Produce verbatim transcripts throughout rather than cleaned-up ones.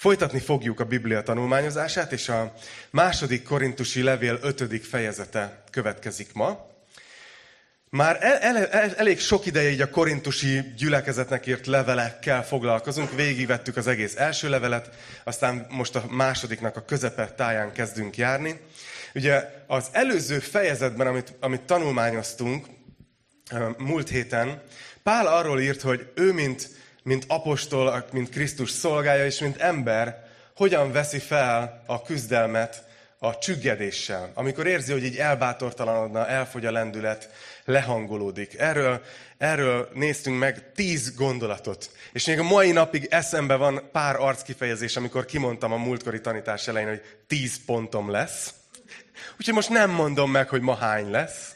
Folytatni fogjuk a Biblia tanulmányozását, és a második korintusi levél ötödik fejezete következik ma. Már el, el, el, elég sok ideje így a korintusi gyülekezetnek írt levelekkel foglalkozunk. Végigvettük az egész első levelet, aztán most a másodiknak a közepe táján kezdünk járni. Ugye az előző fejezetben, amit, amit tanulmányoztunk múlt héten, Pál arról írt, hogy ő, mint, mint apostol, mint Krisztus szolgája, és mint ember, hogyan veszi fel a küzdelmet a csüggedéssel. Amikor érzi, hogy így elbátortalanodna, elfogy a lendület, lehangolódik. Erről, erről néztünk meg tíz gondolatot. És még a mai napig eszembe van pár arckifejezés, amikor kimondtam a múltkori tanítás elején, hogy tíz pontom lesz. Úgyhogy most nem mondom meg, hogy ma hány lesz.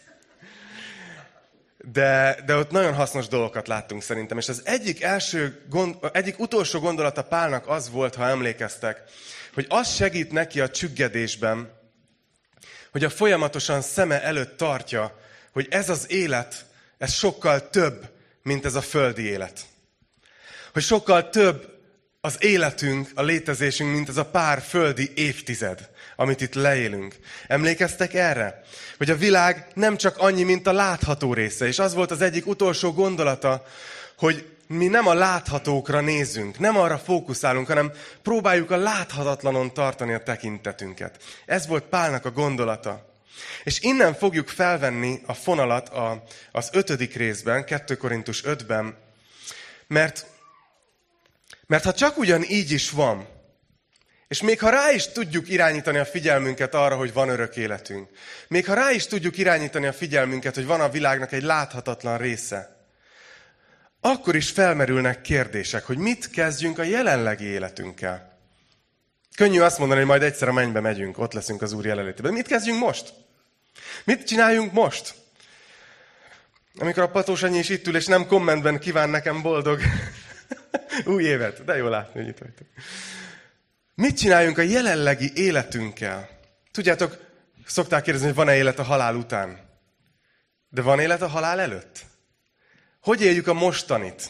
De, de ott nagyon hasznos dolgokat láttunk szerintem. És az egyik első, gond, egyik utolsó gondolata Pálnak az volt, ha emlékeztek, hogy az segít neki a csüggedésben, hogy a folyamatosan szeme előtt tartja, hogy ez az élet, ez sokkal több, mint ez a földi élet. Hogy sokkal több az életünk, a létezésünk, mint ez a pár földi évtized, amit itt leélünk. Emlékeztek erre? Hogy a világ nem csak annyi, mint a látható része. És az volt az egyik utolsó gondolata, hogy mi nem a láthatókra nézünk, nem arra fókuszálunk, hanem próbáljuk a láthatatlanon tartani a tekintetünket. Ez volt Pálnak a gondolata. És innen fogjuk felvenni a fonalat a, az ötödik részben, kettő Korintus ötben, mert, mert ha csak ugyan így is van, és még ha rá is tudjuk irányítani a figyelmünket arra, hogy van örök életünk, még ha rá is tudjuk irányítani a figyelmünket, hogy van a világnak egy láthatatlan része, akkor is felmerülnek kérdések, hogy mit kezdjünk a jelenlegi életünkkel. Könnyű azt mondani, hogy majd egyszer a mennybe megyünk, ott leszünk az Úr jelenlétében. Mit kezdjünk most? Mit csináljunk most? Amikor a Patós annyi is itt ül, és nem kommentben kíván nekem boldog új évet. De jó látni, hogy itt vagytok. Mit csináljunk a jelenlegi életünkkel? Tudjátok, szokták kérdezni, hogy van-e élet a halál után? De van élet a halál előtt? Hogy éljük a mostanit?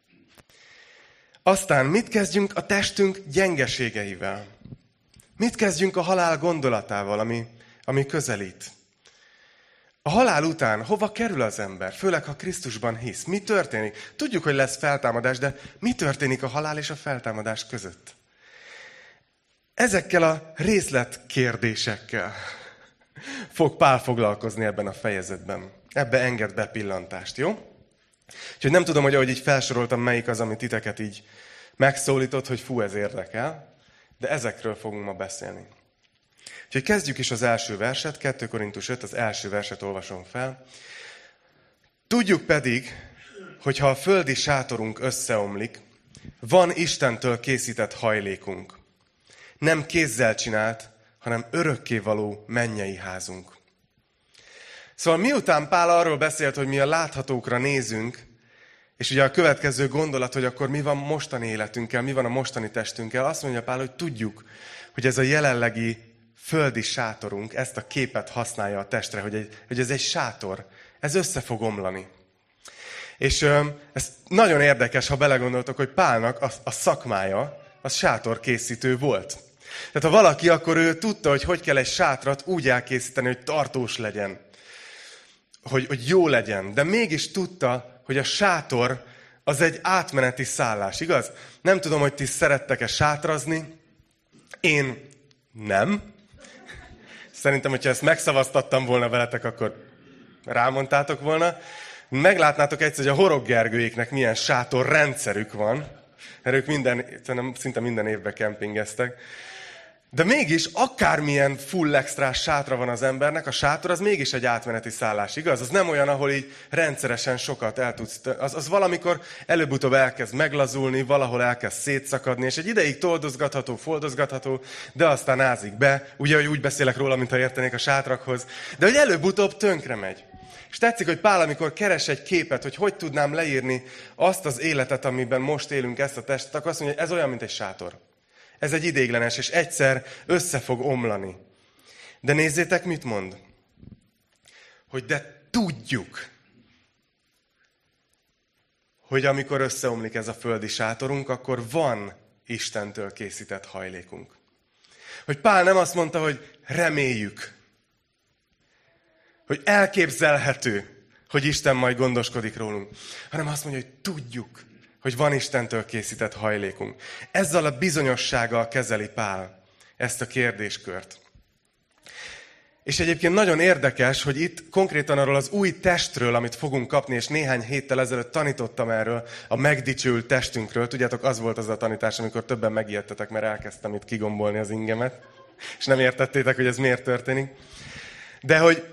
Aztán mit kezdjünk a testünk gyengeségeivel? Mit kezdjünk a halál gondolatával, ami, ami közelít? A halál után hova kerül az ember? Főleg, ha Krisztusban hisz. Mi történik? Tudjuk, hogy lesz feltámadás, de mi történik a halál és a feltámadás között? Ezekkel a részletkérdésekkel fog Pál foglalkozni ebben a fejezetben. Ebbe enged bepillantást, jó? Úgyhogy nem tudom, hogy ahogy így felsoroltam, melyik az, ami titeket így megszólított, hogy fú, ez érdekel, de ezekről fogunk ma beszélni. Úgyhogy kezdjük is az első verset, kettő Korintus öt, az első verset olvasom fel. Tudjuk pedig, hogy ha a földi sátorunk összeomlik, van Istentől készített hajlékunk. Nem kézzel csinált, hanem örökkévaló mennyei házunk. Szóval miután Pál arról beszélt, hogy mi a láthatókra nézünk, és ugye a következő gondolat, hogy akkor mi van mostani életünkkel, mi van a mostani testünkkel, azt mondja Pál, hogy tudjuk, hogy ez a jelenlegi földi sátorunk ezt a képet használja a testre, hogy, egy, hogy ez egy sátor, ez össze fog omlani. És ö, ez nagyon érdekes, ha belegondoltok, hogy Pálnak a, a szakmája, az sátorkészítő volt. Tehát ha valaki, akkor ő tudta, hogy hogy kell egy sátrat úgy elkészíteni, hogy tartós legyen. Hogy, hogy jó legyen. De mégis tudta, hogy a sátor az egy átmeneti szállás, igaz? Nem tudom, hogy ti szerettek-e sátrazni. Én nem. Szerintem, hogyha ezt megszavaztattam volna veletek, akkor rámondtátok volna. Meglátnátok egyszer, hogy a Horog Gergőjéknek milyen sátor rendszerük van. Mert ők minden, szinte minden évben kempingeztek. De mégis, akármilyen full extrás sátra van az embernek, a sátor az mégis egy átmeneti szállás, igaz? Az nem olyan, ahol így rendszeresen sokat el tudsz... Az, az valamikor előbb-utóbb elkezd meglazulni, valahol elkezd szétszakadni, és egy ideig toldozgatható, foldozgatható, de aztán ázik be. Ugye, hogy úgy beszélek róla, mintha értenék a sátrakhoz. De hogy előbb-utóbb tönkre megy. És tetszik, hogy Pál, amikor keres egy képet, hogy hogy tudnám leírni azt az életet, amiben most élünk, ezt a testet, akkor azt mondja, hogy ez olyan, mint egy sátor. Ez egy ideiglenes, és egyszer össze fog omlani. De nézzétek, mit mond. Hogy de tudjuk, hogy amikor összeomlik ez a földi sátorunk, akkor van Istentől készített hajlékunk. Hogy Pál nem azt mondta, hogy reméljük, hogy elképzelhető, hogy Isten majd gondoskodik rólunk, hanem azt mondja, hogy tudjuk, hogy van Istentől készített hajlékunk. Ezzel a bizonyossággal kezeli Pál ezt a kérdéskört. És egyébként nagyon érdekes, hogy itt konkrétan arról az új testről, amit fogunk kapni, és néhány héttel ezelőtt tanítottam erről, a megdicsőült testünkről. Tudjátok, az volt az a tanítás, amikor többen megijedtetek, mert elkezdtem itt kigombolni az ingemet, és nem értettétek, hogy ez miért történik. De hogy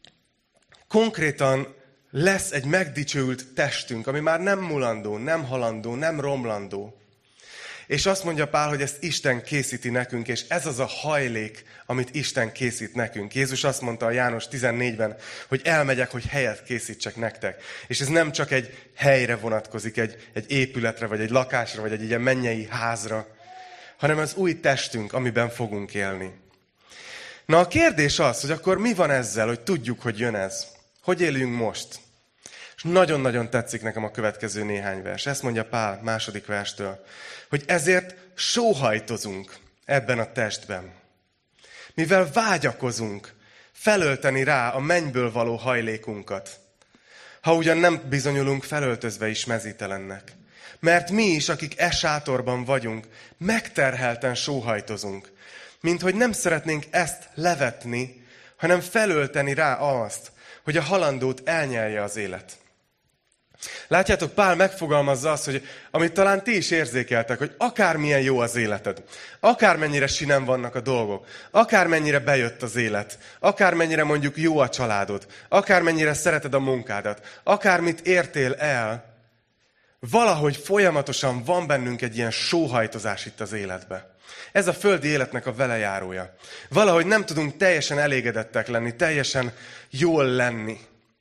konkrétan lesz egy megdicsőült testünk, ami már nem mulandó, nem halandó, nem romlandó. És azt mondja Pál, hogy ezt Isten készíti nekünk, és ez az a hajlék, amit Isten készít nekünk. Jézus azt mondta a János tizennégyben, hogy elmegyek, hogy helyet készítsek nektek. És ez nem csak egy helyre vonatkozik, egy, egy épületre, vagy egy lakásra, vagy egy ilyen mennyei házra, hanem az új testünk, amiben fogunk élni. Na a kérdés az, hogy akkor mi van ezzel, hogy tudjuk, hogy jön ez? Hogy élünk most? És nagyon-nagyon tetszik nekem a következő néhány vers. Ezt mondja Pál második verstől, hogy ezért sóhajtozunk ebben a testben. Mivel vágyakozunk felölteni rá a mennyből való hajlékunkat, ha ugyan nem bizonyulunk felöltözve is mezítelennek. Mert mi is, akik e sátorban vagyunk, megterhelten sóhajtozunk, mint hogy nem szeretnénk ezt levetni, hanem felölteni rá azt, hogy a halandót elnyelje az élet. Látjátok, Pál megfogalmazza azt, hogy amit talán ti is érzékeltek, hogy akármilyen jó az életed, akármennyire sinem vannak a dolgok, akármennyire bejött az élet, akármennyire mondjuk jó a családod, akármennyire szereted a munkádat, akármit értél el, valahogy folyamatosan van bennünk egy ilyen sóhajtozás itt az életbe. Ez a földi életnek a velejárója. Valahogy nem tudunk teljesen elégedettek lenni, teljesen jól lenni.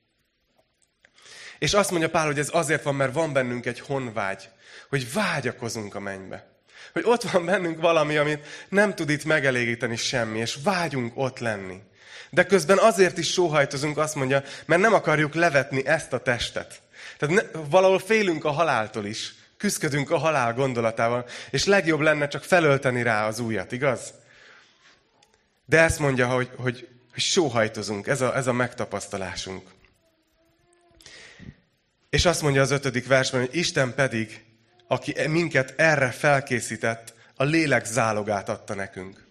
És azt mondja Pál, hogy ez azért van, mert van bennünk egy honvágy, hogy vágyakozunk a mennybe. Hogy ott van bennünk valami, amit nem tud itt megelégíteni semmi, és vágyunk ott lenni. De közben azért is sóhajtozunk, azt mondja, mert nem akarjuk levetni ezt a testet. Tehát ne, valahol félünk a haláltól is. Küszködünk a halál gondolatával, és legjobb lenne csak felölteni rá az újat, igaz? De ezt mondja, hogy, hogy, hogy sóhajtozunk, ez a, ez a megtapasztalásunk. És azt mondja az ötödik versben, hogy Isten pedig, aki minket erre felkészített, a lélek zálogát adta nekünk.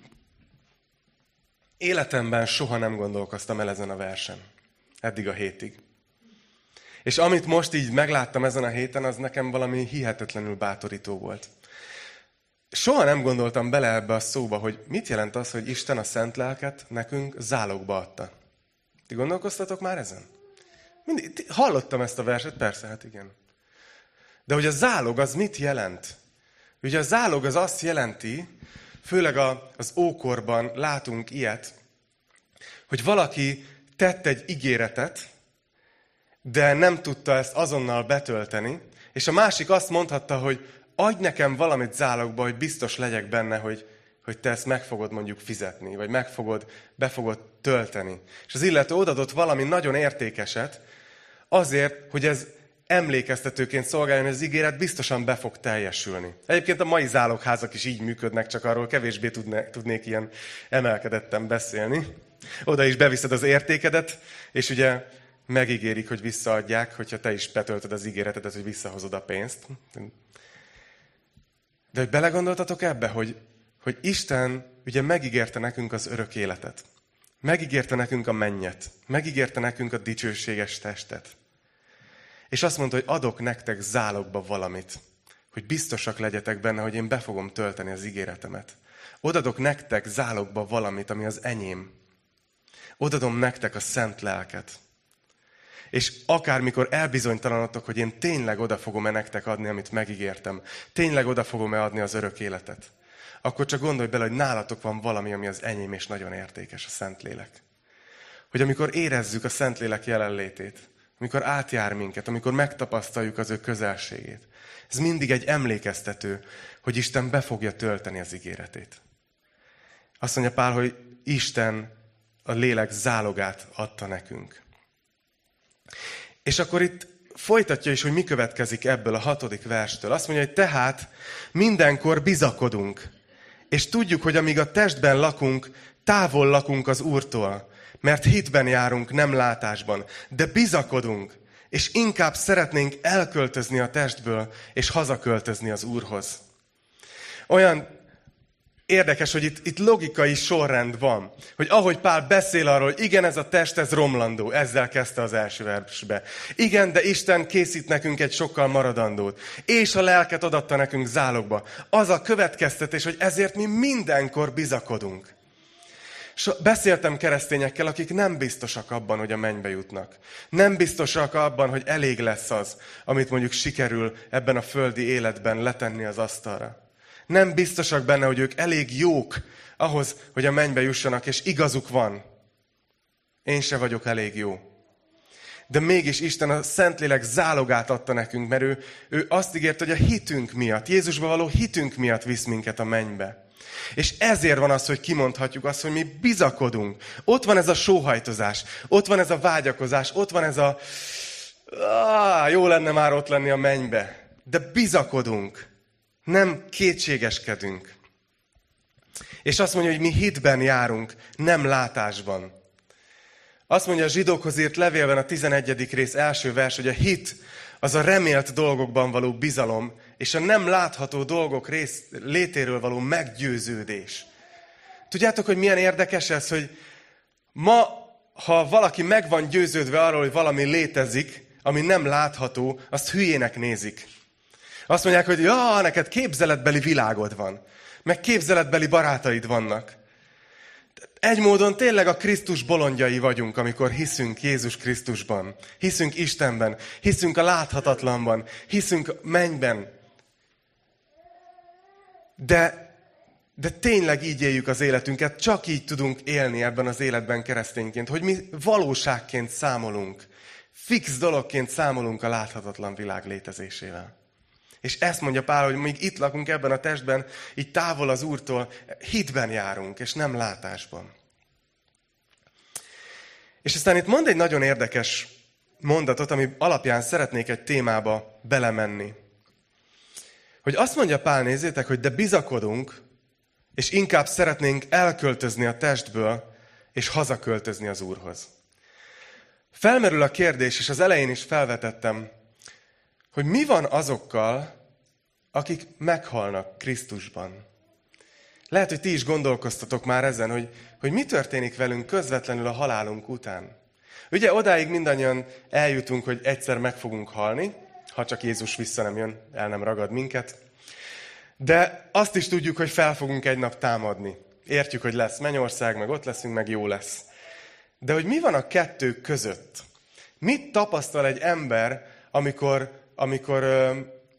Életemben soha nem gondolkoztam el ezen a versen. Eddig a hétig. És amit most így megláttam ezen a héten, az nekem valami hihetetlenül bátorító volt. Soha nem gondoltam bele ebbe a szóba, hogy mit jelent az, hogy Isten a szent lelket nekünk zálogba adta. Ti gondolkoztatok már ezen? Mindig, hallottam ezt a verset, persze, hát igen. De hogy a zálog az mit jelent? Ugye a zálog az azt jelenti, főleg a, az ókorban látunk ilyet, hogy valaki tett egy ígéretet, de nem tudta ezt azonnal betölteni, és a másik azt mondhatta, hogy adj nekem valamit zálogba, hogy biztos legyek benne, hogy, hogy te ezt meg fogod mondjuk fizetni, vagy meg fogod, be fogod tölteni. És az illető odadott valami nagyon értékeset, azért, hogy ez emlékeztetőként szolgáljon, hogy az ígéret biztosan be fog teljesülni. Egyébként a mai zálogházak is így működnek, csak arról kevésbé tudne, tudnék ilyen emelkedetten beszélni. Oda is beviszed az értékedet, és ugye megígérik, hogy visszaadják, hogyha te is betöltöd az ígéretedet, hogy visszahozod a pénzt. De hogy belegondoltatok ebbe, hogy, hogy Isten ugye megígérte nekünk az örök életet. Megígérte nekünk a mennyet. Megígérte nekünk a dicsőséges testet. És azt mondta, hogy adok nektek zálogba valamit. Hogy biztosak legyetek benne, hogy én be fogom tölteni az ígéretemet. Odadok nektek zálogba valamit, ami az enyém. Odadom nektek a szent lelket. És akármikor elbizonytalanodtok, hogy én tényleg oda fogom-e nektek adni, amit megígértem, tényleg oda fogom-e adni az örök életet, akkor csak gondolj bele, hogy nálatok van valami, ami az enyém, és nagyon értékes, a Szentlélek. Hogy amikor érezzük a Szentlélek jelenlétét, amikor átjár minket, amikor megtapasztaljuk az ő közelségét, ez mindig egy emlékeztető, hogy Isten be fogja tölteni az ígéretét. Azt mondja Pál, hogy Isten a lélek zálogát adta nekünk. És akkor itt folytatja is, hogy mi következik ebből a hatodik verstől. Azt mondja, hogy tehát mindenkor bizakodunk, és tudjuk, hogy amíg a testben lakunk, távol lakunk az Úrtól, mert hitben járunk, nem látásban. De bizakodunk, és inkább szeretnénk elköltözni a testből, és hazaköltözni az Úrhoz. Olyan érdekes, hogy itt, itt logikai sorrend van. Hogy ahogy Pál beszél arról, hogy igen, ez a test, ez romlandó. Ezzel kezdte az első versbe. Igen, de Isten készít nekünk egy sokkal maradandót. És a lelket adatta nekünk zálogba. Az a következtetés, hogy ezért mi mindenkor bizakodunk. So, beszéltem keresztényekkel, akik nem biztosak abban, hogy a mennybe jutnak. Nem biztosak abban, hogy elég lesz az, amit mondjuk sikerül ebben a földi életben letenni az asztalra. Nem biztosak benne, hogy ők elég jók ahhoz, hogy a mennybe jussanak, és igazuk van. Én se vagyok elég jó. De mégis Isten a Szentlélek zálogát adta nekünk, mert ő, ő azt ígért, hogy a hitünk miatt, Jézusba való hitünk miatt visz minket a mennybe. És ezért van az, hogy kimondhatjuk azt, hogy mi bizakodunk. Ott van ez a sóhajtozás, ott van ez a vágyakozás, ott van ez a... Ah, jó lenne már ott lenni a mennybe. De bizakodunk. Nem kétségeskedünk. És azt mondja, hogy mi hitben járunk, nem látásban. Azt mondja a zsidókhoz írt levélben a tizenegyedik rész első vers, hogy a hit az a remélt dolgokban való bizalom, és a nem látható dolgok rész, létéről való meggyőződés. Tudjátok, hogy milyen érdekes ez, hogy ma, ha valaki meg van győződve arról, hogy valami létezik, ami nem látható, azt hülyének nézik. Azt mondják, hogy ja, neked képzeletbeli világod van, meg képzeletbeli barátaid vannak. Egy módon tényleg a Krisztus bolondjai vagyunk, amikor hiszünk Jézus Krisztusban, hiszünk Istenben, hiszünk a láthatatlanban, hiszünk mennyben. De, de tényleg így éljük az életünket, csak így tudunk élni ebben az életben keresztényként, hogy mi valóságként számolunk, fix dologként számolunk a láthatatlan világ létezésével. És ezt mondja Pál, hogy míg itt lakunk ebben a testben, így távol az Úrtól, hitben járunk, és nem látásban. És aztán itt mond egy nagyon érdekes mondatot, ami alapján szeretnék egy témába belemenni. Hogy azt mondja Pál, nézzétek, hogy de bizakodunk, és inkább szeretnénk elköltözni a testből, és hazaköltözni az Úrhoz. Felmerül a kérdés, és az elején is felvetettem, hogy mi van azokkal, akik meghalnak Krisztusban. Lehet, hogy ti is gondolkoztatok már ezen, hogy, hogy mi történik velünk közvetlenül a halálunk után. Ugye odáig mindannyian eljutunk, hogy egyszer meg fogunk halni, ha csak Jézus vissza nem jön, el nem ragad minket. De azt is tudjuk, hogy fel fogunk egy nap támadni. Értjük, hogy lesz mennyország, meg ott leszünk, meg jó lesz. De hogy mi van a kettő között? Mit tapasztal egy ember, amikor... amikor ö,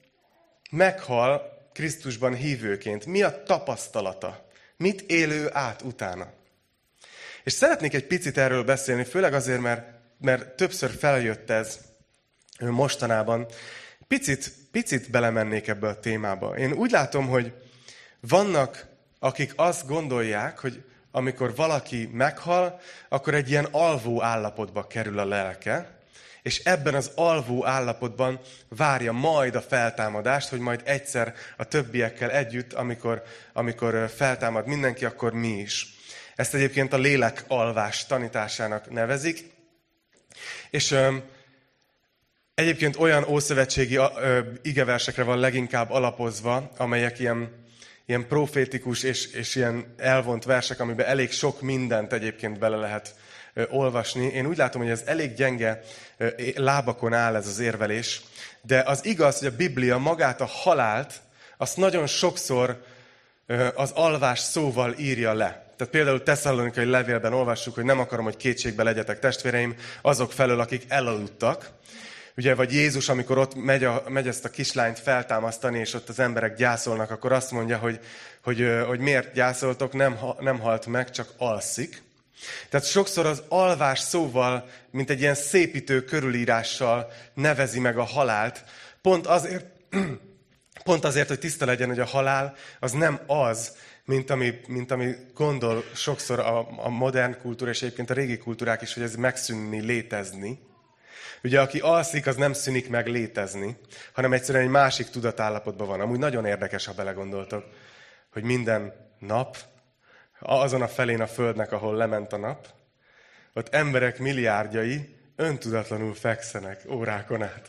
meghal Krisztusban hívőként, mi a tapasztalata? Mit élő át utána? És szeretnék egy picit erről beszélni, főleg azért, mert, mert többször feljött ez mostanában. Picit, picit belemennék ebbe a témába. Én úgy látom, hogy vannak, akik azt gondolják, hogy amikor valaki meghal, akkor egy ilyen alvó állapotba kerül a lelke, és ebben az alvó állapotban várja majd a feltámadást, hogy majd egyszer a többiekkel együtt, amikor, amikor feltámad mindenki, akkor mi is. Ezt egyébként a lélek alvás tanításának nevezik. És ö, egyébként olyan ószövetségi ö, igeversekre van leginkább alapozva, amelyek ilyen, ilyen profétikus és, és ilyen elvont versek, amiben elég sok mindent egyébként bele lehet olvasni. Én úgy látom, hogy ez elég gyenge lábakon áll ez az érvelés, de az igaz, hogy a Biblia magát a halált, azt nagyon sokszor az alvás szóval írja le. Tehát például Tesszalonikai levélben olvassuk, hogy nem akarom, hogy kétségbe legyetek testvéreim azok felől, akik elaludtak. Ugye, vagy Jézus, amikor ott megy, a, megy ezt a kislányt feltámasztani, és ott az emberek gyászolnak, akkor azt mondja, hogy, hogy, hogy miért gyászoltok, nem, nem halt meg, csak alszik. Tehát sokszor az alvás szóval, mint egy ilyen szépítő körülírással nevezi meg a halált, pont azért, pont azért, hogy tiszta legyen, hogy a halál az nem az, mint ami, mint ami gondol sokszor a, a modern kultúra, és egyébként a régi kultúrák is, hogy ez megszűnni, létezni, Ugye, aki alszik, az nem szűnik meg létezni, hanem egyszerűen egy másik tudatállapotban van. Amúgy nagyon érdekes, ha belegondoltok, hogy minden nap, azon a felén a Földnek, ahol lement a nap, ott emberek milliárdjai öntudatlanul fekszenek órákon át.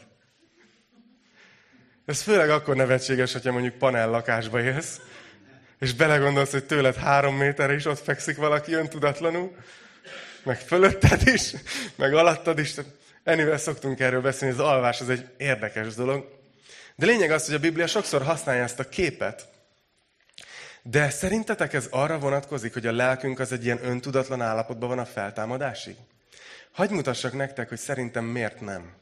Ez főleg akkor nevetséges, hogyha mondjuk panel lakásba élsz, és belegondolsz, hogy tőled három méterre is ott fekszik valaki öntudatlanul, meg fölötted is, meg alattad is. Ennyivel szoktunk erről beszélni, az alvás az egy érdekes dolog. De lényeg az, hogy a Biblia sokszor használja ezt a képet, de szerintetek ez arra vonatkozik, hogy a lelkünk az egy ilyen öntudatlan állapotban van a feltámadásig? Hadd mutassak nektek, hogy szerintem miért nem.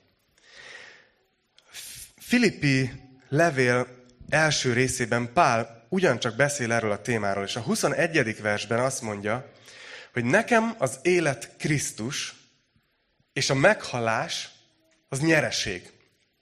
Filippi levél első részében Pál ugyancsak beszél erről a témáról, és a huszonegyedik versben azt mondja, hogy nekem az élet Krisztus, és a meghalás az nyereség.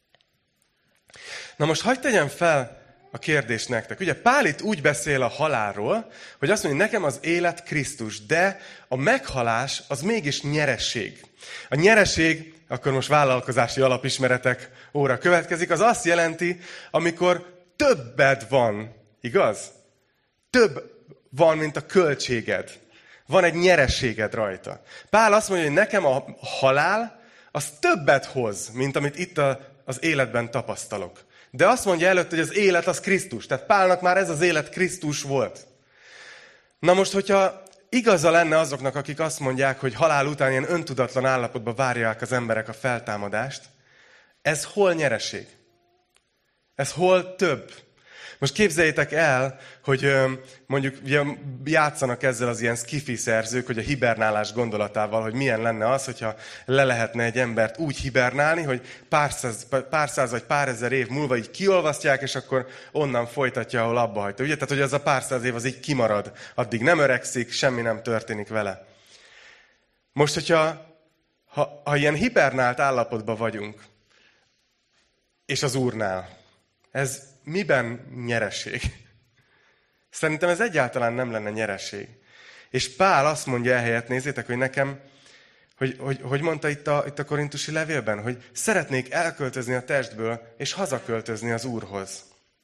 Na most hadd tegyem fel a kérdést nektek. Ugye Pál itt úgy beszél a halálról, hogy azt mondja, hogy nekem az élet Krisztus, de a meghalás az mégis nyereség. A nyereség, akkor most vállalkozási alapismeretek óra következik, az azt jelenti, amikor többed van, igaz? Több van, mint a költséged. Van egy nyereséged rajta. Pál azt mondja, hogy nekem a halál az többet hoz, mint amit itt a, az életben tapasztalok. De azt mondja előtt, hogy az élet az Krisztus. Tehát Pálnak már ez az élet Krisztus volt. Na most, hogyha igaza lenne azoknak, akik azt mondják, hogy halál után ilyen öntudatlan állapotban várják az emberek a feltámadást, ez hol nyereség? Ez hol több? Most képzeljétek el, hogy mondjuk játszanak ezzel az ilyen skifi szerzők, hogy a hibernálás gondolatával, hogy milyen lenne az, hogyha le lehetne egy embert úgy hibernálni, hogy pár száz, pár száz vagy pár ezer év múlva így kiolvasztják, és akkor onnan folytatja, ahol abba hagyta. Ugye? Tehát, hogy az a pár száz év az így kimarad, addig nem öregszik, semmi nem történik vele. Most, hogyha ha, ha ilyen hibernált állapotban vagyunk, és az Úrnál, ez miben nyereség? Szerintem ez egyáltalán nem lenne nyereség. És Pál azt mondja ehelyett, nézzétek, hogy nekem, hogy, hogy, hogy mondta itt a, itt a korintusi levélben, hogy szeretnék elköltözni a testből, és hazaköltözni az Úrhoz.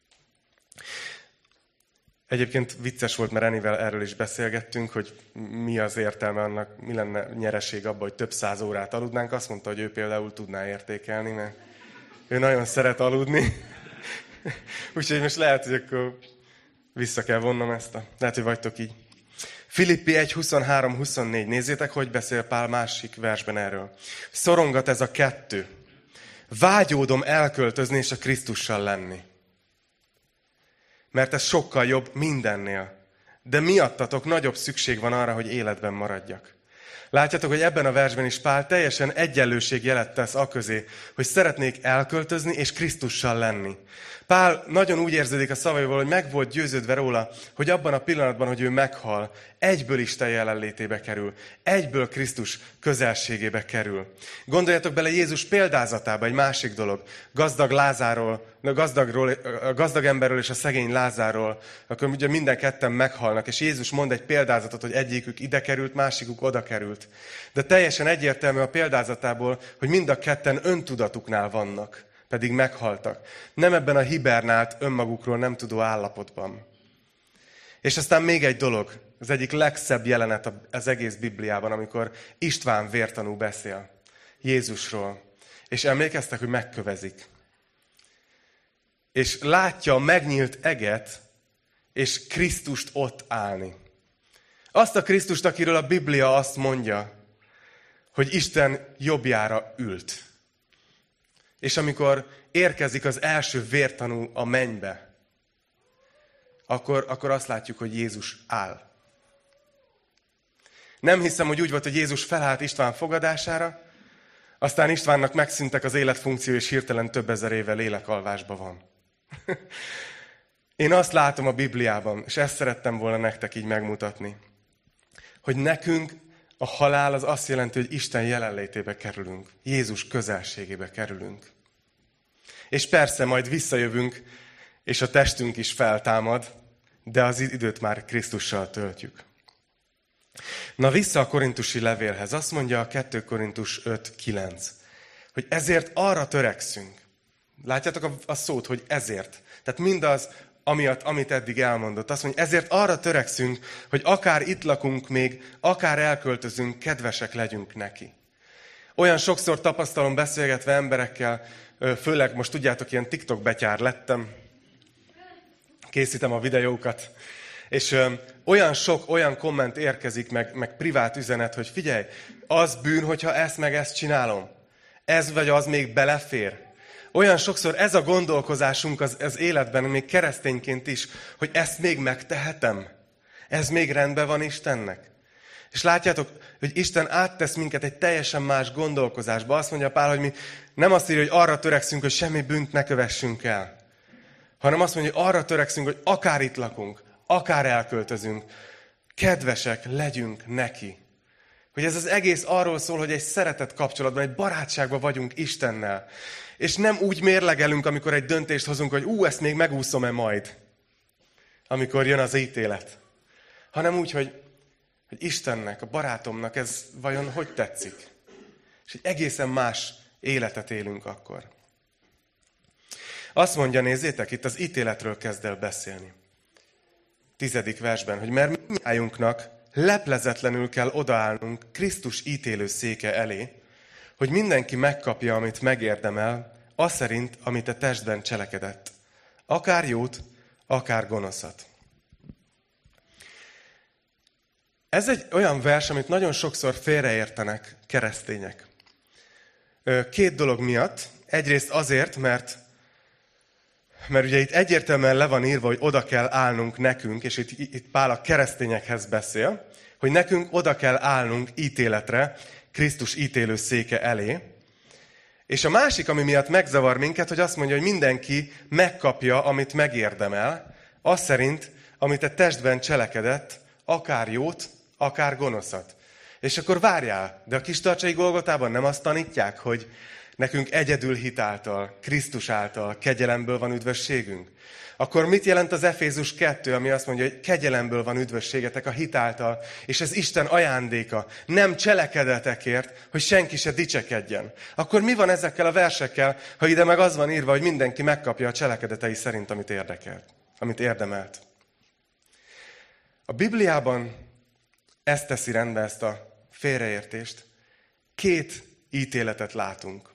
Egyébként vicces volt, mert Enivel erről is beszélgettünk, hogy mi az értelme annak, mi lenne nyereség abban, hogy több száz órát aludnánk. Azt mondta, hogy ő például tudná értékelni, mert ő nagyon szeret aludni. Úgyhogy most lehet, hogy akkor vissza kell vonnom ezt. A... Lehet, hogy vagytok így. Filippi egy huszonhárom huszonnégy. Nézzétek, hogy beszél Pál másik versben erről. Szorongat ez a kettő. Vágyódom elköltözni és a Krisztussal lenni. Mert ez sokkal jobb mindennél. De miattatok nagyobb szükség van arra, hogy életben maradjak. Látjátok, hogy ebben a versben is Pál teljesen egyenlőségjelet tesz aközé, hogy szeretnék elköltözni és Krisztussal lenni. Pál nagyon úgy érződik a szavaival, hogy meg volt győződve róla, hogy abban a pillanatban, hogy ő meghal, egyből Isten jelenlétébe kerül, egyből Krisztus közelségébe kerül. Gondoljatok bele Jézus példázatába, egy másik dolog. Gazdag Lázáról, a gazdagról, a gazdag emberről és a szegény Lázárról, akkor ugye minden ketten meghalnak, és Jézus mond egy példázatot, hogy egyikük ide került, másikuk oda került. De teljesen egyértelmű a példázatából, hogy mind a ketten öntudatuknál vannak, pedig meghaltak. Nem ebben a hibernált, önmagukról nem tudó állapotban. És aztán még egy dolog, az egyik legszebb jelenet az egész Bibliában, amikor István vértanú beszél Jézusról. És emlékeztek, hogy megkövezik. És látja a megnyílt eget, és Krisztust ott állni. Azt a Krisztust, akiről a Biblia azt mondja, hogy Isten jobbjára ült. És amikor érkezik az első vértanú a mennybe, akkor, akkor azt látjuk, hogy Jézus áll. Nem hiszem, hogy úgy volt, hogy Jézus felállt István fogadására, aztán Istvánnak megszűntek az életfunkció, és hirtelen több ezer éve lélekalvásban van. Én azt látom a Bibliában, és ezt szerettem volna nektek így megmutatni, hogy nekünk a halál az azt jelenti, hogy Isten jelenlétébe kerülünk, Jézus közelségébe kerülünk. És persze majd visszajövünk, és a testünk is feltámad, de az időt már Krisztussal töltjük. Na vissza a korintusi levélhez. Azt mondja a kettő Korintus öt kilenc, hogy ezért arra törekszünk. Látjátok a, a szót, hogy ezért. Tehát mindaz, amiatt, amit eddig elmondott. Azt mondja, ezért arra törekszünk, hogy akár itt lakunk még, akár elköltözünk, kedvesek legyünk neki. Olyan sokszor tapasztalom beszélgetve emberekkel, főleg most tudjátok, ilyen TikTok betyár lettem, készítem a videókat, és ö, olyan sok, olyan komment érkezik, meg, meg privát üzenet, hogy figyelj, az bűn, hogyha ezt meg ezt csinálom. Ez vagy az még belefér. Olyan sokszor ez a gondolkozásunk az, az életben, még keresztényként is, hogy ezt még megtehetem. Ez még rendben van Istennek. És látjátok, hogy Isten áttesz minket egy teljesen más gondolkozásba. Azt mondja Pál, hogy mi nem azt írja, hogy arra törekszünk, hogy semmi bűnt ne kövessünk el, hanem azt mondja, hogy arra törekszünk, hogy akár itt lakunk, akár elköltözünk, kedvesek legyünk neki. Hogy ez az egész arról szól, hogy egy szeretett kapcsolatban, egy barátságban vagyunk Istennel. És nem úgy mérlegelünk, amikor egy döntést hozunk, hogy ú, ezt még megúszom-e majd, amikor jön az ítélet. Hanem úgy, hogy, hogy Istennek, a barátomnak ez vajon hogy tetszik. És egy egészen más életet élünk akkor. Azt mondja, nézzétek, itt az ítéletről kezd el beszélni. Tizedik versben, hogy mert mindnyájunknak leplezetlenül kell odaállnunk Krisztus ítélő széke elé, hogy mindenki megkapja, amit megérdemel, az szerint, amit a testben cselekedett. Akár jót, akár gonoszat. Ez egy olyan vers, amit nagyon sokszor félreértenek keresztények. Két dolog miatt. Egyrészt azért, mert, mert ugye itt egyértelműen le van írva, hogy oda kell állnunk nekünk, és itt, itt Pál a keresztényekhez beszél, hogy nekünk oda kell állnunk ítéletre, Krisztus ítélő széke elé. És a másik, ami miatt megzavar minket, hogy azt mondja, hogy mindenki megkapja, amit megérdemel, az szerint, amit a testben cselekedett, akár jót, akár gonoszat. És akkor várjál, de a Kistarcsai Golgotában nem azt tanítják, hogy nekünk egyedül hit által, Krisztus által kegyelemből van üdvösségünk? Akkor mit jelent az Efézus kettő, ami azt mondja, hogy kegyelemből van üdvösségetek a hit által, és ez Isten ajándéka, nem cselekedetekért, hogy senki se dicsekedjen. Akkor mi van ezekkel a versekkel, ha ide meg az van írva, hogy mindenki megkapja a cselekedetei szerint, amit érdekelt, amit érdemelt? A Bibliában ezt teszi rendbe, ezt a félreértést. Két ítéletet látunk.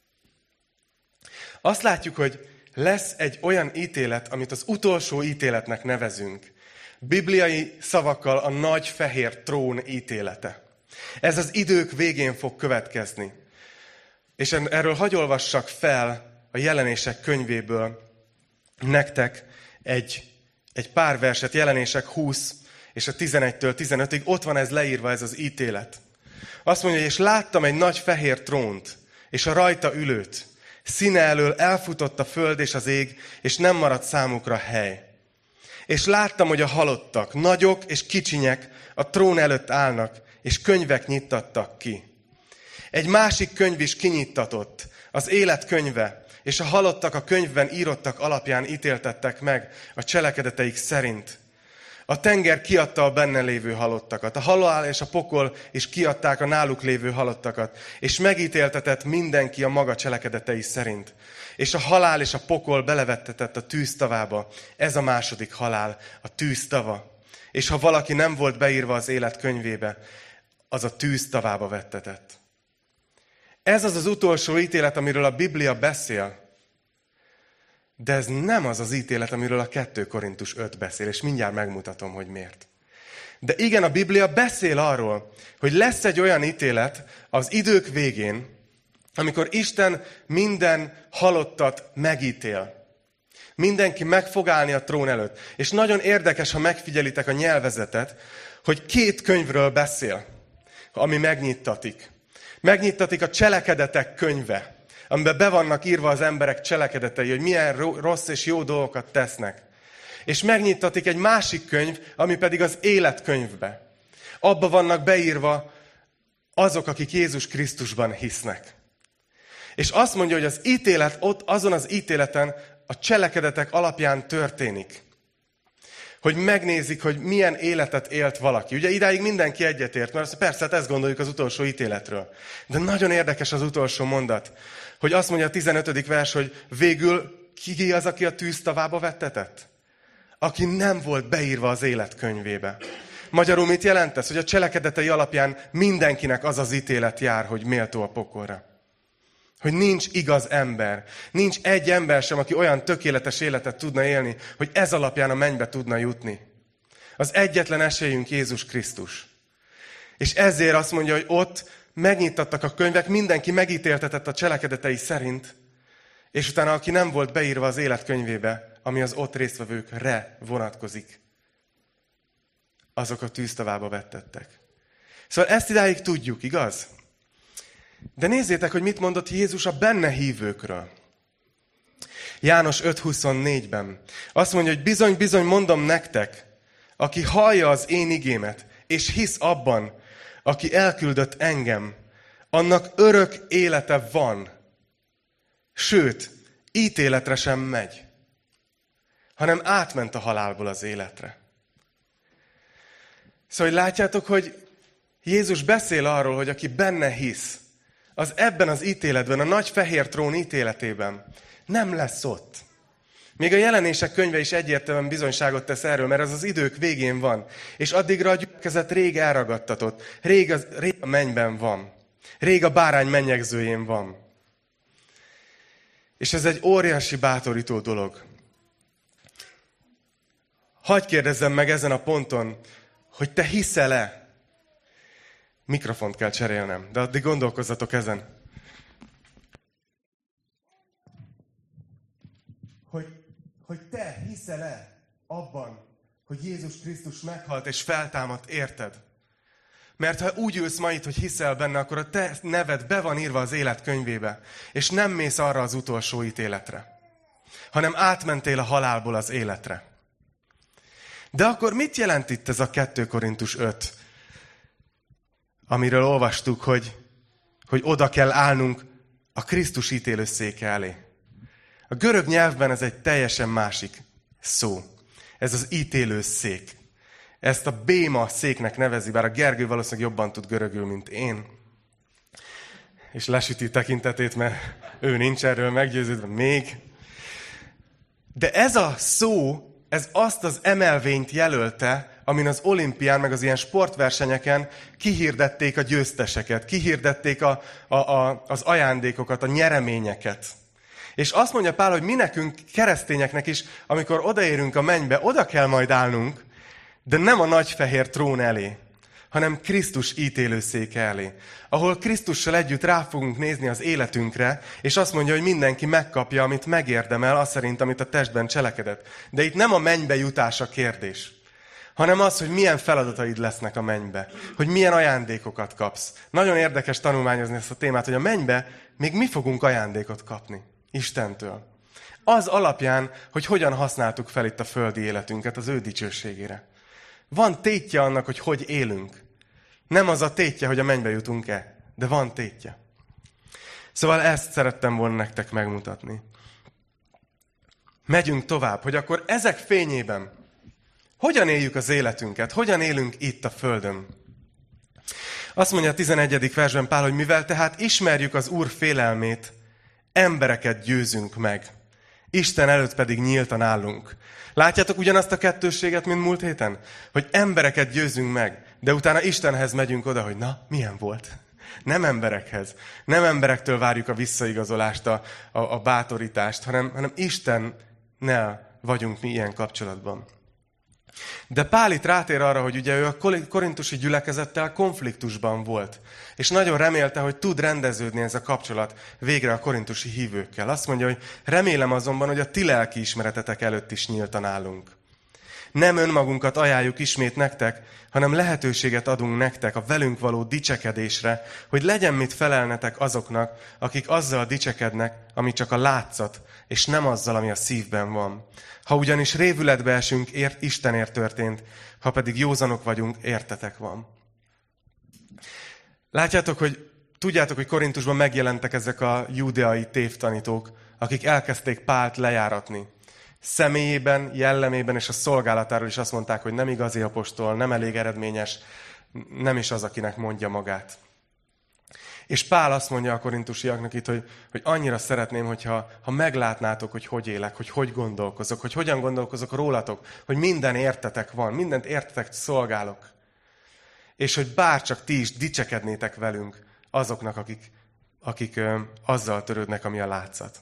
Azt látjuk, hogy lesz egy olyan ítélet, amit az utolsó ítéletnek nevezünk. Bibliai szavakkal a nagy fehér trón ítélete. Ez az idők végén fog következni. És erről hadd olvassak fel a Jelenések könyvéből nektek egy, egy pár verset, Jelenések húsz és a tizenegytől tizenötig, ott van ez leírva, ez az ítélet. Azt mondja, és láttam egy nagy fehér trónt, és a rajta ülőt. Színe elől elfutott a föld és az ég, és nem maradt számukra hely. És láttam, hogy a halottak, nagyok és kicsinyek a trón előtt állnak, és könyvek nyittattak ki. Egy másik könyv is kinyittatott, az élet könyve, és a halottak a könyvben írottak alapján ítéltettek meg a cselekedeteik szerint. A tenger kiadta a benne lévő halottakat, a halál és a pokol is kiadták a náluk lévő halottakat, és megítéltetett mindenki a maga cselekedetei szerint. És a halál és a pokol belevettetett a tűztavába. Ez a második halál, a tűztava. És ha valaki nem volt beírva az élet könyvébe, az a tűztavába vettetett. Ez az az utolsó ítélet, amiről a Biblia beszél. De ez nem az az ítélet, amiről a kettő Korintus öt beszél, és mindjárt megmutatom, hogy miért. De igen, a Biblia beszél arról, hogy lesz egy olyan ítélet az idők végén, amikor Isten minden halottat megítél. Mindenki meg fog állni a trón előtt. És nagyon érdekes, ha megfigyelitek a nyelvezetet, hogy két könyvről beszél, ami megnyittatik. Megnyittatik a cselekedetek könyve, amiben be vannak írva az emberek cselekedetei, hogy milyen rossz és jó dolgokat tesznek. És megnyittatik egy másik könyv, ami pedig az életkönyvbe. Abba vannak beírva azok, akik Jézus Krisztusban hisznek. És azt mondja, hogy az ítélet ott, azon az ítéleten a cselekedetek alapján történik. hogy megnézik, hogy milyen életet élt valaki. Ugye idáig mindenki egyetért, mert persze, hát ezt gondoljuk az utolsó ítéletről. De nagyon érdekes az utolsó mondat, hogy azt mondja a tizenötödik vers, hogy végül ki az, aki a tűztavába vettetett? Aki nem volt beírva az életkönyvébe. Magyarul mit jelent ez? Hogy a cselekedetei alapján mindenkinek az az ítélet jár, hogy méltó a pokolra. Hogy nincs igaz ember. Nincs egy ember sem, aki olyan tökéletes életet tudna élni, hogy ez alapján a mennybe tudna jutni. Az egyetlen esélyünk Jézus Krisztus. És ezért azt mondja, hogy ott megnyittattak a könyvek, mindenki megítéltetett a cselekedetei szerint, és utána aki nem volt beírva az életkönyvébe, ami az ott résztvevőkre vonatkozik, azok a tűztavába vettettek. Szóval ezt idáig tudjuk, igaz? De nézzétek, hogy mit mondott Jézus a benne hívőkről. János öt huszonnégyben. Azt mondja, hogy bizony, bizony mondom nektek, aki hallja az én igémet, és hisz abban, aki elküldött engem, annak örök élete van. Sőt, ítéletre sem megy, hanem átment a halálból az életre. Szóval látjátok, hogy Jézus beszél arról, hogy aki benne hisz, az ebben az ítéletben, a nagy fehér trón ítéletében nem lesz ott. Még a Jelenések könyve is egyértelműen bizonyságot tesz erről, mert ez az idők végén van. És addigra a gyülekezet rég elragadtatott, rég, az, rég a mennyben van. Rég a bárány mennyegzőjén van. És ez egy óriási bátorító dolog. Hadd kérdezzem meg ezen a ponton, hogy te hiszel-e? Mikrofont kell cserélnem, de addig gondolkozzatok ezen. Hogy, hogy te hiszel-e abban, hogy Jézus Krisztus meghalt és feltámadt, érted? Mert ha úgy ülsz ma itt, hogy hiszel benne, akkor a te neved be van írva az élet könyvébe, és nem mész arra az utolsó ítéletre, hanem átmentél a halálból az életre. De akkor mit jelent itt ez a kettő Korintus öt? Amiről olvastuk, hogy, hogy oda kell állnunk a Krisztus ítélőszéke elé. A görög nyelvben ez egy teljesen másik szó. Ez az ítélőszék. Ezt a béma széknek nevezi, bár a Gergő valószínűleg jobban tud görögül, mint én. És lesüti tekintetét, mert ő nincs erről meggyőződve még. De ez a szó, ez azt az emelvényt jelölte, amin az olimpián, meg az ilyen sportversenyeken kihirdették a győzteseket, kihirdették a, a, a, az ajándékokat, a nyereményeket. És azt mondja Pál, hogy mi nekünk, keresztényeknek is, amikor odaérünk a mennybe, oda kell majd állnunk, de nem a nagy fehér trón elé, hanem Krisztus ítélőszéke elé. Ahol Krisztussal együtt rá fogunk nézni az életünkre, és azt mondja, hogy mindenki megkapja, amit megérdemel, az szerint, amit a testben cselekedett. De itt nem a mennybe jutás a kérdés, hanem az, hogy milyen feladataid lesznek a mennybe, hogy milyen ajándékokat kapsz. Nagyon érdekes tanulmányozni ezt a témát, hogy a mennybe még mi fogunk ajándékot kapni Istentől. Az alapján, hogy hogyan használtuk fel itt a földi életünket az ő dicsőségére. Van tétje annak, hogy hogy élünk. Nem az a tétje, hogy a mennybe jutunk-e, de van tétje. Szóval ezt szerettem volna nektek megmutatni. Megyünk tovább, hogy akkor ezek fényében hogyan éljük az életünket, hogyan élünk itt a földön. Azt mondja a tizenegyedik versben Pál, hogy mivel tehát ismerjük az Úr félelmét, embereket győzünk meg. Isten előtt pedig nyíltan állunk. Látjátok ugyanazt a kettősséget, mint múlt héten? Hogy embereket győzünk meg, de utána Istenhez megyünk oda, hogy na, milyen volt? Nem emberekhez. Nem emberektől várjuk a visszaigazolást, a, a, a bátorítást, hanem, hanem Istennel vagyunk mi ilyen kapcsolatban. De Pál itt rátér arra, hogy ugye ő a korintusi gyülekezettel konfliktusban volt. És nagyon remélte, hogy tud rendeződni ez a kapcsolat végre a korintusi hívőkkel. Azt mondja, hogy remélem azonban, hogy a ti lelkiismeretetek előtt is nyíltan állunk. Nem önmagunkat ajánljuk ismét nektek, hanem lehetőséget adunk nektek a velünk való dicsekedésre, hogy legyen mit felelnetek azoknak, akik azzal dicsekednek, ami csak a látszat, és nem azzal, ami a szívben van. Ha ugyanis révületbe esünk, ért, Istenért történt, ha pedig józanok vagyunk, értetek van. Látjátok, hogy tudjátok, hogy Korintusban megjelentek ezek a judeai tévtanítók, akik elkezdték Pált lejáratni. Személyében, jellemében és a szolgálatáról is azt mondták, hogy nem igazi apostol, nem elég eredményes, nem is az, akinek mondja magát. És Pál azt mondja a korintusiaknak itt, hogy, hogy annyira szeretném, hogyha ha meglátnátok, hogy hogy élek, hogy hogy gondolkozok, hogy hogyan gondolkozok rólatok, hogy minden értetek van, mindent értetek szolgálok. És hogy bárcsak ti is dicsekednétek velünk azoknak, akik, akik ö, azzal törődnek, ami a látszat.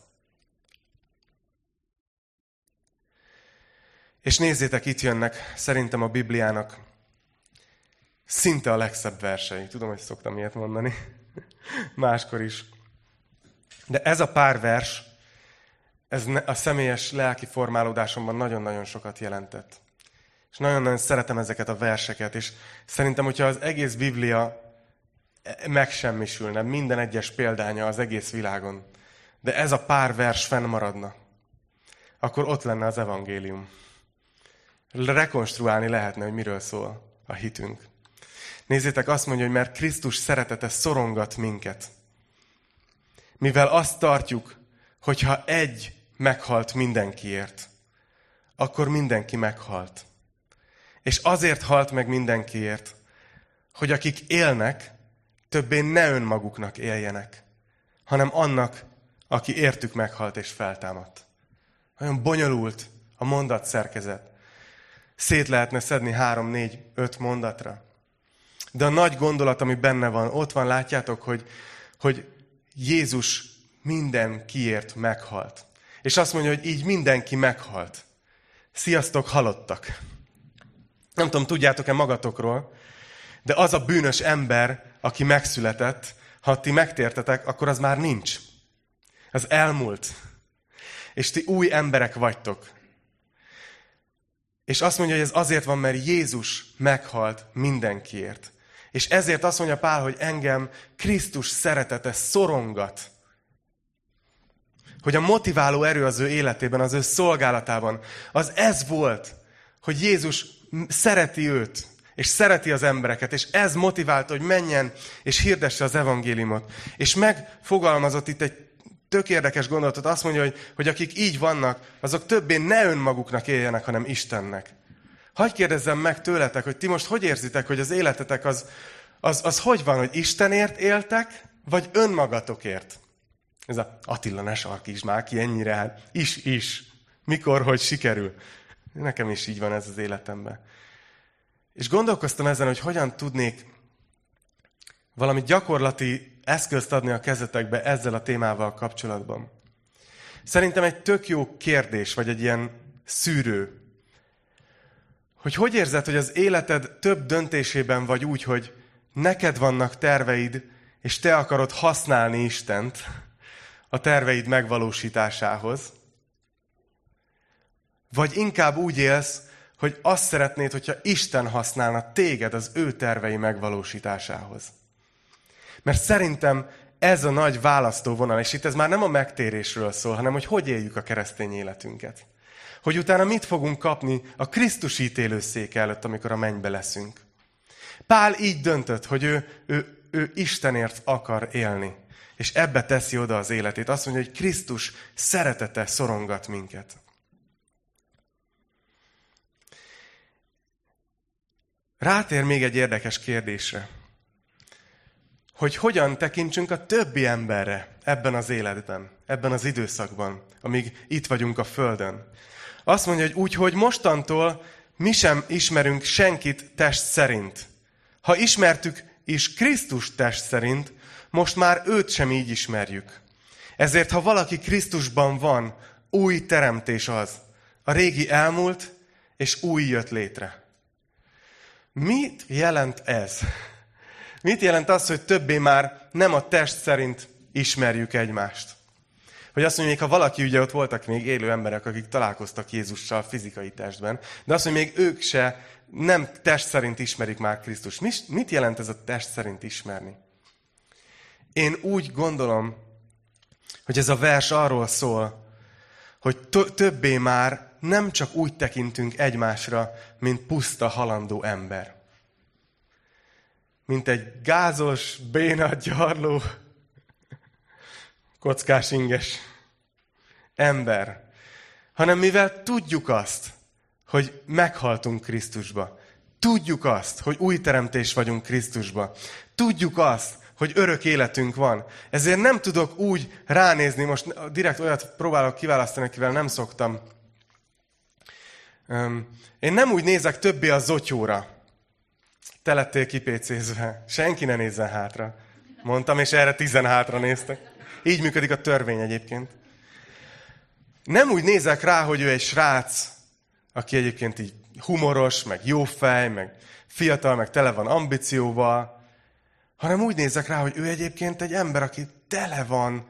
És nézzétek, itt jönnek szerintem a Bibliának szinte a legszebb versei. Tudom, hogy szoktam ilyet mondani. Máskor is. De ez a pár vers, ez a személyes lelki formálódásomban nagyon-nagyon sokat jelentett. És nagyon-nagyon szeretem ezeket a verseket, és szerintem, hogyha az egész Biblia megsemmisülne, minden egyes példánya az egész világon, de ez a pár vers fennmaradna, akkor ott lenne az evangélium. Rekonstruálni lehetne, hogy miről szól a hitünk. Nézzétek, azt mondja, hogy mert Krisztus szeretete szorongat minket. Mivel azt tartjuk, hogyha egy meghalt mindenkiért, akkor mindenki meghalt. És azért halt meg mindenkiért, hogy akik élnek, többé ne önmaguknak éljenek, hanem annak, aki értük meghalt és feltámadt. Nagyon bonyolult a mondatszerkezet. Szét lehetne szedni három, négy, öt mondatra. De a nagy gondolat, ami benne van, ott van, látjátok, hogy, hogy Jézus mindenkiért meghalt. És azt mondja, hogy így mindenki meghalt. Sziasztok, halottak! Nem tudom, tudjátok-e magatokról, de az a bűnös ember, aki megszületett, ha ti megtértetek, akkor az már nincs. Az elmúlt. És ti új emberek vagytok. És azt mondja, hogy ez azért van, mert Jézus meghalt mindenkiért. És ezért azt mondja Pál, hogy engem Krisztus szeretete szorongat. Hogy a motiváló erő az ő életében, az ő szolgálatában, az ez volt, hogy Jézus szereti őt, és szereti az embereket, és ez motiválta, hogy menjen, és hirdesse az evangéliumot. És megfogalmazott itt egy tök érdekes gondolatot, azt mondja, hogy, hogy akik így vannak, azok többé ne önmaguknak éljenek, hanem Istennek. Hadd kérdezzem meg tőletek, hogy ti most hogy érzitek, hogy az életetek az, az, az hogy van, hogy Istenért éltek, vagy önmagatokért? Ez a Attila, ne sarkítsd már ki ennyire, hát is, is. Mikor, hogy sikerül. Nekem is így van ez az életemben. És gondolkoztam ezen, hogy hogyan tudnék valami gyakorlati eszközt adni a kezetekbe ezzel a témával kapcsolatban. Szerintem egy tök jó kérdés, vagy egy ilyen szűrő, hogy hogy érzed, hogy az életed több döntésében vagy úgy, hogy neked vannak terveid, és te akarod használni Istent a terveid megvalósításához, vagy inkább úgy élsz, hogy azt szeretnéd, hogyha Isten használna téged az ő tervei megvalósításához. Mert szerintem ez a nagy választóvonal, és itt ez már nem a megtérésről szól, hanem hogy hogy éljük a keresztény életünket. Hogy utána mit fogunk kapni a Krisztus ítélőszék előtt, amikor a mennybe leszünk. Pál így döntött, hogy ő, ő, ő Istenért akar élni, és ebbe teszi oda az életét. Azt mondja, hogy Krisztus szeretete szorongat minket. Rátér még egy érdekes kérdésre, hogy hogyan tekintsünk a többi emberre ebben az életben, ebben az időszakban, amíg itt vagyunk a Földön. Azt mondja, hogy úgy, hogy mostantól mi sem ismerünk senkit test szerint. Ha ismertük is Krisztus test szerint, most már őt sem így ismerjük. Ezért, ha valaki Krisztusban van, új teremtés az. A régi elmúlt, és új jött létre. Mit jelent ez? Mit jelent az, hogy többé már nem a test szerint ismerjük egymást? Hogy azt mondja, még ha valaki, ugye ott voltak még élő emberek, akik találkoztak Jézussal fizikai testben, de azt mondja, még ők se nem test szerint ismerik már Krisztus. Mit jelent ez a test szerint ismerni? Én úgy gondolom, hogy ez a vers arról szól, hogy többé már nem csak úgy tekintünk egymásra, mint puszta halandó ember. Mint egy gázos, béna, gyarló, kockás inges ember. hanem mivel tudjuk azt, hogy meghaltunk Krisztusba. Tudjuk azt, hogy új teremtés vagyunk Krisztusba. Tudjuk azt, hogy örök életünk van. Ezért nem tudok úgy ránézni, most direkt olyat próbálok kiválasztani, akivel nem szoktam. Én nem úgy nézek többé a zotyóra. Te lettél kipécézve. Senki ne nézzen hátra. Mondtam, és erre tizen hátra néztek. Így működik a törvény egyébként. Nem úgy nézek rá, hogy ő egy srác, aki egyébként így humoros, meg jó fej, meg fiatal, meg tele van ambícióval, hanem úgy nézek rá, hogy ő egyébként egy ember, aki tele van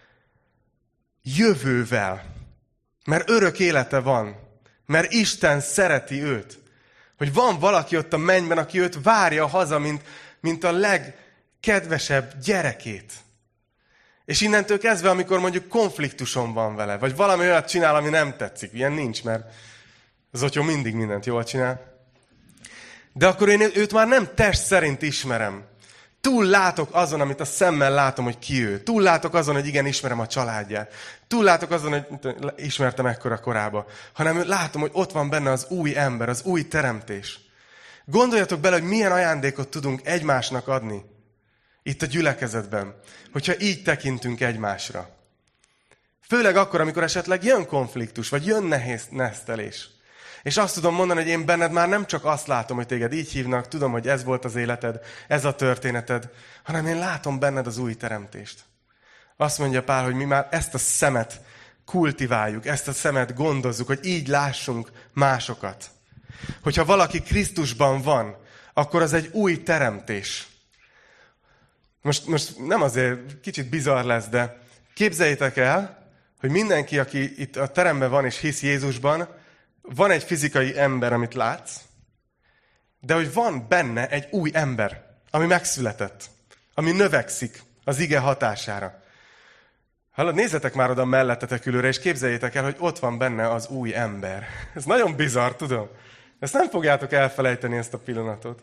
jövővel. Mert örök élete van. Mert Isten szereti őt. Hogy van valaki ott a mennyben, aki őt várja haza, mint, mint a legkedvesebb gyerekét. És innentől kezdve, amikor mondjuk konfliktuson van vele, vagy valami olyat csinál, ami nem tetszik. Ilyen nincs, mert az otyó mindig mindent jól csinál. De akkor én őt már nem test szerint ismerem. Túl látok azon, amit a szemmel látom, hogy ki ő. Túl látok azon, hogy igen, ismerem a családját. Túl látok azon, hogy ismertem ekkora korába. Hanem látom, hogy ott van benne az új ember, az új teremtés. Gondoljatok bele, hogy milyen ajándékot tudunk egymásnak adni. Itt a gyülekezetben. Hogyha így tekintünk egymásra. Főleg akkor, amikor esetleg jön konfliktus, vagy jön nehéz nesztelés. És azt tudom mondani, hogy én benned már nem csak azt látom, hogy téged így hívnak, tudom, hogy ez volt az életed, ez a történeted, hanem én látom benned az új teremtést. Azt mondja Pál, hogy mi már ezt a szemet kultiváljuk, ezt a szemet gondozzuk, hogy így lássunk másokat. Hogyha valaki Krisztusban van, akkor az egy új teremtés. Most, most nem azért kicsit bizarr lesz, de képzeljétek el, hogy mindenki, aki itt a teremben van és hisz Jézusban, van egy fizikai ember, amit látsz, de hogy van benne egy új ember, ami megszületett, ami növekszik az ige hatására. Hallod, nézzetek már oda mellettetek ülőre, és képzeljétek el, hogy ott van benne az új ember. Ez nagyon bizarr, tudom. Ezt nem fogjátok elfelejteni, ezt a pillanatot.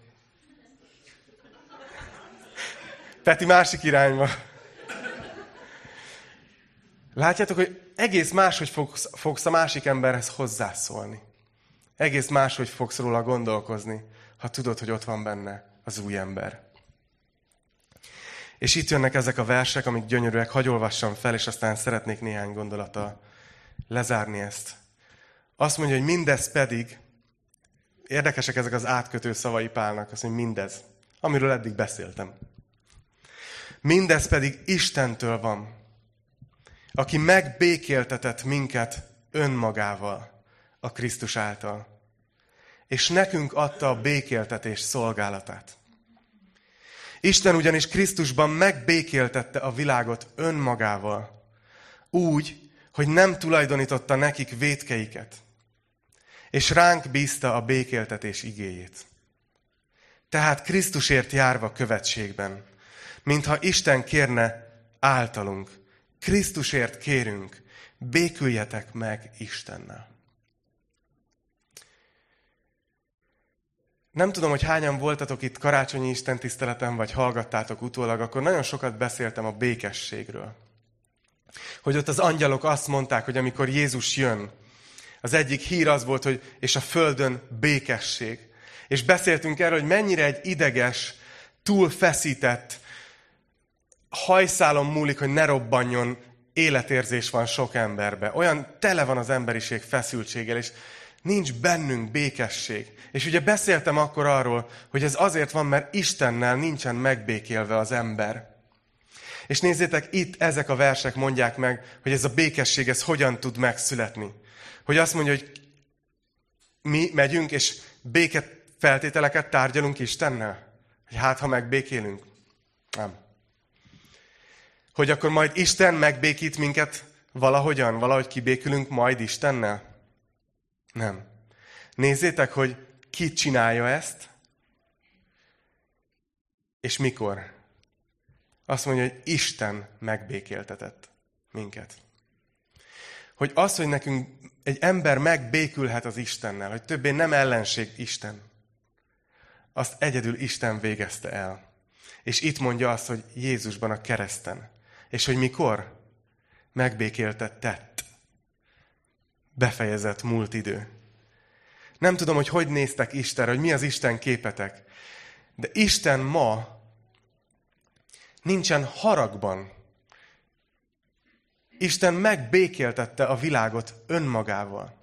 Peti másik irányba. Látjátok, hogy egész máshogy fogsz, fogsz a másik emberhez hozzászólni. Egész máshogy fogsz róla gondolkozni, ha tudod, hogy ott van benne az új ember. És itt jönnek ezek a versek, amik gyönyörűek, hadd olvassam fel, és aztán szeretnék néhány gondolattal lezárni ezt. Azt mondja, hogy mindez pedig, érdekesek ezek az átkötő szavai Pálnak, azt mondja, mindez, amiről eddig beszéltem. Mindez pedig Istentől van, aki megbékéltetett minket önmagával a Krisztus által, és nekünk adta a békéltetés szolgálatát. Isten ugyanis Krisztusban megbékéltette a világot önmagával, úgy, hogy nem tulajdonította nekik vétkeiket, és ránk bízta a békéltetés igéjét. Tehát Krisztusért járva követségben, mintha Isten kérne általunk, Krisztusért kérünk, béküljetek meg Istennel. Nem tudom, hogy hányan voltatok itt karácsonyi istentiszteleten, vagy hallgattátok utólag, akkor nagyon sokat beszéltem a békességről. Hogy ott az angyalok azt mondták, hogy amikor Jézus jön, az egyik hír az volt, hogy és a földön békesség. És beszéltünk erről, hogy mennyire egy ideges, túl feszített, hajszálon múlik, hogy ne robbanjon, életérzés van sok emberbe. Olyan tele van az emberiség feszültséggel, és nincs bennünk békesség. És ugye beszéltem akkor arról, hogy ez azért van, mert Istennel nincsen megbékélve az ember. És nézzétek, itt ezek a versek mondják meg, hogy ez a békesség, ez hogyan tud megszületni. Hogy azt mondja, hogy mi megyünk, és békefeltételeket tárgyalunk Istennel. Hogy hát, ha megbékélünk. Nem. Hogy akkor majd Isten megbékít minket valahogyan, valahogy kibékülünk majd Istennel? Nem. Nézzétek, hogy ki csinálja ezt, és mikor. Azt mondja, hogy Isten megbékéltetett minket. Hogy az, hogy nekünk egy ember megbékülhet az Istennel, hogy többé nem ellenség Isten, azt egyedül Isten végezte el. És itt mondja azt, hogy Jézusban a kereszten. És hogy mikor? Megbékéltetett befejezett múlt idő. Nem tudom, hogy hogy néztek Istenre, hogy mi az Isten képetek. De Isten ma nincsen haragban. Isten megbékéltette a világot önmagával.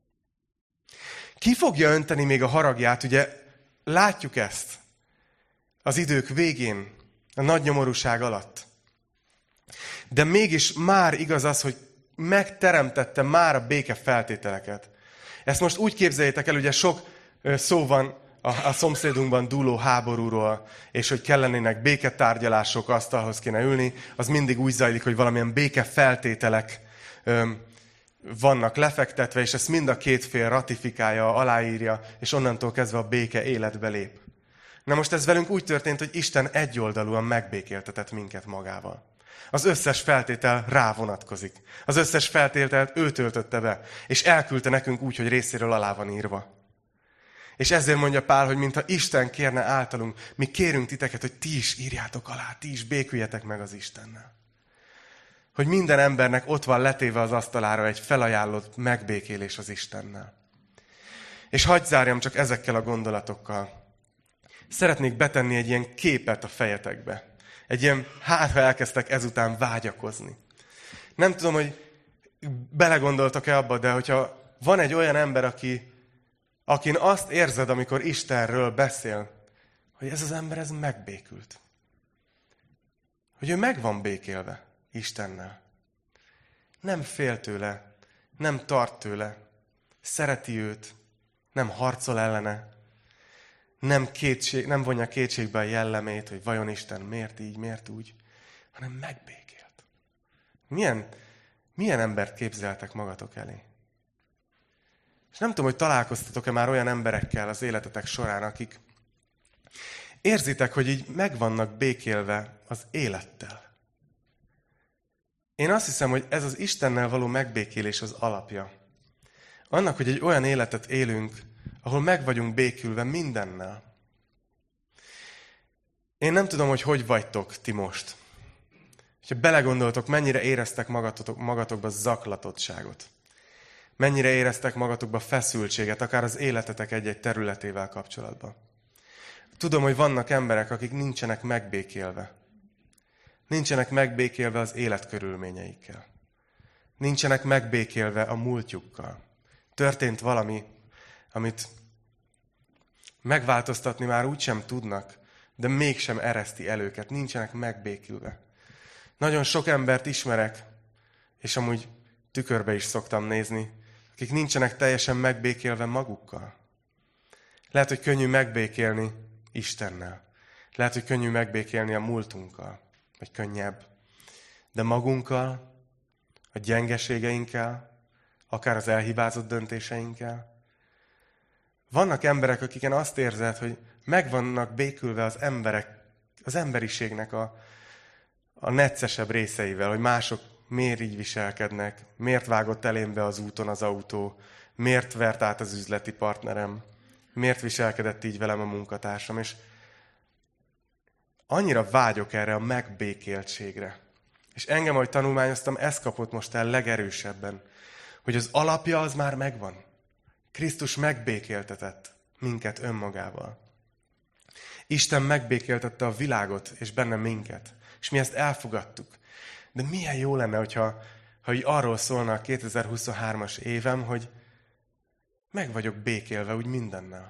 Ki fogja önteni még a haragját? Ugye látjuk ezt az idők végén, a nagy nyomorúság alatt. De mégis már igaz az, hogy megteremtette már a béke feltételeket. Ezt most úgy képzeljétek el, ugye sok szó van a, a szomszédunkban dúló háborúról, és hogy kellenének béketárgyalások, asztalhoz kéne ülni, az mindig úgy zajlik, hogy valamilyen béke feltételek öm, vannak lefektetve, és ezt mind a két fél ratifikálja, aláírja, és onnantól kezdve a béke életbe lép. Na most ez velünk úgy történt, hogy Isten egyoldalúan megbékéltetett minket magával. Az összes feltétel rá vonatkozik. Az összes feltételt ő töltötte be, és elküldte nekünk úgy, hogy részéről alá van írva. És ezért mondja Pál, hogy mintha Isten kérne általunk, mi kérünk titeket, hogy ti is írjátok alá, ti is béküljetek meg az Istennel. Hogy minden embernek ott van letéve az asztalára egy felajánlott megbékélés az Istennel. És hadd zárjam csak ezekkel a gondolatokkal. Szeretnék betenni egy ilyen képet a fejetekbe. Egy ilyen, hát ha elkezdtek ezután vágyakozni. Nem tudom, hogy belegondoltak-e abba, de hogyha van egy olyan ember, aki, akin azt érzed, amikor Istenről beszél, hogy ez az ember ez megbékült. Hogy ő meg van békélve Istennel. Nem fél tőle, nem tart tőle, szereti őt, nem harcol ellene, nem, kétség, nem vonja kétségbe a jellemét, hogy vajon Isten miért így, miért úgy, hanem megbékélt. Milyen, milyen embert képzeltek magatok elé? És nem tudom, hogy találkoztatok-e már olyan emberekkel az életetek során, akik érzitek, hogy így meg vannak békélve az élettel. Én azt hiszem, hogy ez az Istennel való megbékélés az alapja. Annak, hogy egy olyan életet élünk, ahol meg vagyunk békülve mindennel. Én nem tudom, hogy hogy vagytok ti most. Ha belegondoltok, mennyire éreztek magatok, magatokba zaklatottságot. Mennyire éreztek magatokba feszültséget, akár az életetek egy-egy területével kapcsolatban. Tudom, hogy vannak emberek, akik nincsenek megbékélve. Nincsenek megbékélve az életkörülményeikkel. Nincsenek megbékélve a múltjukkal. Történt valami, amit megváltoztatni már úgysem tudnak, de mégsem ereszti el őket. Nincsenek megbékülve. Nagyon sok embert ismerek, és amúgy tükörbe is szoktam nézni, akik nincsenek teljesen megbékélve magukkal. Lehet, hogy könnyű megbékélni Istennel. Lehet, hogy könnyű megbékélni a múltunkkal, vagy könnyebb. De magunkkal, a gyengeségeinkkel, akár az elhibázott döntéseinkkel. Vannak emberek, akiken azt érzed, hogy meg vannak békülve az emberek, az emberiségnek a, a neccesebb részeivel, hogy mások miért így viselkednek, miért vágott elémbe az úton az autó, miért vert át az üzleti partnerem, miért viselkedett így velem a munkatársam, és annyira vágyok erre a megbékéltségre. És engem, ahogy tanulmányoztam, ez kapott most el legerősebben, hogy az alapja az már megvan. Krisztus megbékéltetett minket önmagával. Isten megbékéltette a világot, és benne minket. És mi ezt elfogadtuk. De milyen jó lenne, hogyha ha így arról szólna a kétezer-huszonhármas évem, hogy meg vagyok békélve úgy mindennel.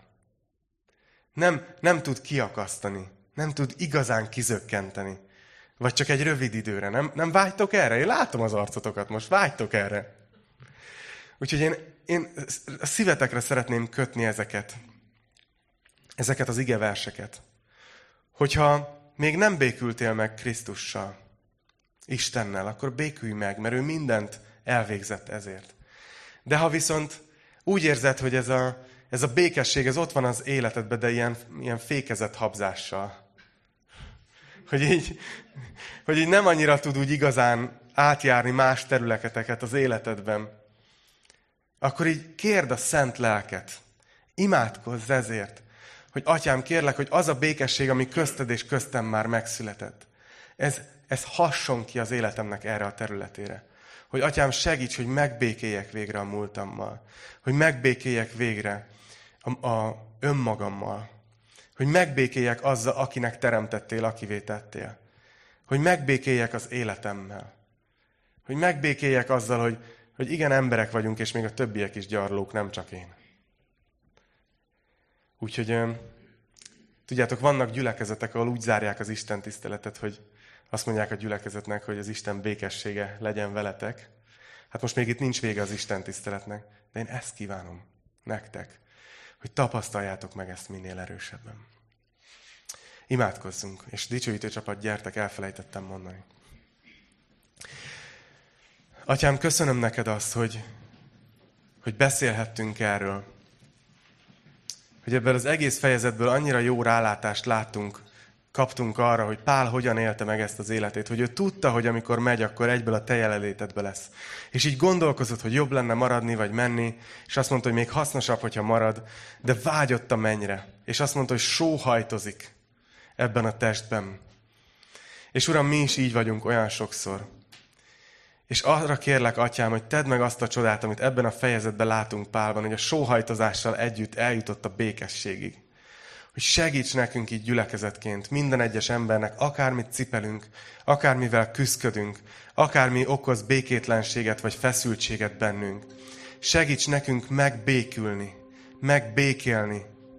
Nem, nem tud kiakasztani, nem tud igazán kizökkenteni. Vagy csak egy rövid időre. Nem, nem vágytok erre? Én látom az arcotokat most, vágytok erre. Úgyhogy én, én a szívetekre szeretném kötni ezeket. Ezeket az igeverseket. Hogyha még nem békültél meg Krisztussal, Istennel, akkor békülj meg, mert ő mindent elvégzett ezért. De ha viszont úgy érzed, hogy ez a, ez a békesség, ez ott van az életedben, de ilyen, ilyen fékezett habzással. Hogy így, hogy így nem annyira tud úgy igazán átjárni más területeket az életedben, akkor így kérd a szent lelket. Imádkozz ezért, hogy Atyám, kérlek, hogy az a békesség, ami közted és köztem már megszületett, ez, ez hasson ki az életemnek erre a területére. hogy Atyám, segíts, hogy megbékéljek végre a múltammal. Hogy megbékéljek végre a, a önmagammal. Hogy megbékéljek azzal, akinek teremtettél, akivé tettél. Hogy megbékéljek az életemmel. Hogy megbékéljek azzal, hogy, hogy igen, emberek vagyunk, és még a többiek is gyarlók, nem csak én. Úgyhogy, tudjátok, vannak gyülekezetek, ahol úgy zárják az Isten tiszteletet, hogy azt mondják a gyülekezetnek, hogy az Isten békessége legyen veletek. Hát most még itt nincs vége az Isten tiszteletnek, de én ezt kívánom nektek, hogy tapasztaljátok meg ezt minél erősebben. Imádkozzunk, és dicsőítő csapat, gyertek, elfelejtettem mondani. Atyám, köszönöm neked azt, hogy, hogy beszélhettünk erről. Hogy ebből az egész fejezetből annyira jó rálátást láttunk, kaptunk arra, hogy Pál hogyan élte meg ezt az életét. Hogy ő tudta, hogy amikor megy, akkor egyből a te jelenlétedbe lesz. És így gondolkozott, hogy jobb lenne maradni, vagy menni, és azt mondta, hogy még hasznosabb, hogyha marad, de vágyott a mennyre. És azt mondta, hogy sóhajtozik ebben a testben. És Uram, mi is így vagyunk olyan sokszor. És arra kérlek, Atyám, hogy tedd meg azt a csodát, amit ebben a fejezetben látunk Pálban, hogy a sóhajtozással együtt eljutott a békességig. Hogy segíts nekünk így gyülekezetként, minden egyes embernek, akármit cipelünk, akármivel küszködünk, akármi okoz békétlenséget vagy feszültséget bennünk. Segíts nekünk megbékülni, megbékélni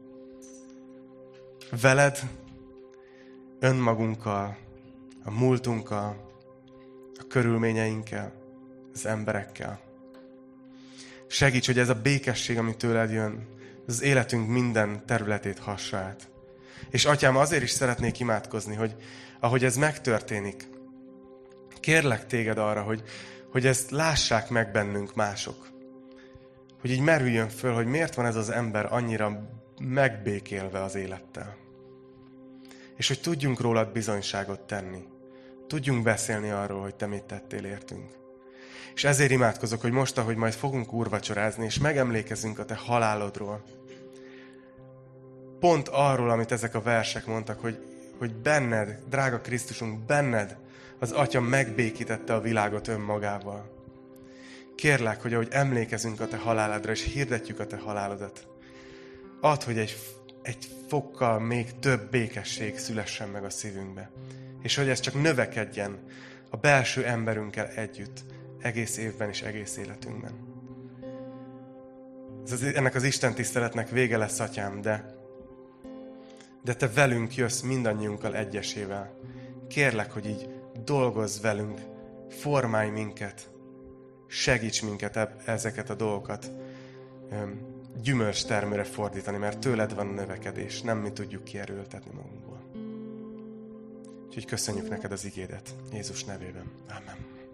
veled, önmagunkkal, a múltunkkal, a körülményeinkkel, az emberekkel. Segíts, hogy ez a békesség, ami tőled jön, az életünk minden területét hassa át. És Atyám, azért is szeretnék imádkozni, hogy ahogy ez megtörténik, kérlek téged arra, hogy, hogy ezt lássák meg bennünk mások. Hogy így merüljön föl, hogy miért van ez az ember annyira megbékélve az élettel. És hogy tudjunk rólad bizonyságot tenni. Tudjunk beszélni arról, hogy te mit tettél értünk. És ezért imádkozok, hogy most, ahogy majd fogunk úrvacsorázni, és megemlékezünk a te halálodról. Pont arról, amit ezek a versek mondtak, hogy, hogy benned, drága Krisztusunk, benned az Atya megbékítette a világot önmagával. Kérlek, hogy ahogy emlékezünk a te halálodra, és hirdetjük a te halálodat, add, hogy egy, egy fokkal még több békesség szülessen meg a szívünkbe. És hogy ez csak növekedjen a belső emberünkkel együtt, egész évben és egész életünkben. Ez az, ennek az Isten tiszteletnek vége lesz, Atyám, de, de te velünk jössz mindannyiunkkal egyesével. Kérlek, hogy így dolgozz velünk, formálj minket, segíts minket eb- ezeket a dolgokat gyümölcs termőre fordítani, mert tőled van a növekedés, nem mi tudjuk kierőltetni magunkból. Úgyhogy köszönjük neked az igédet, Jézus nevében. Amen.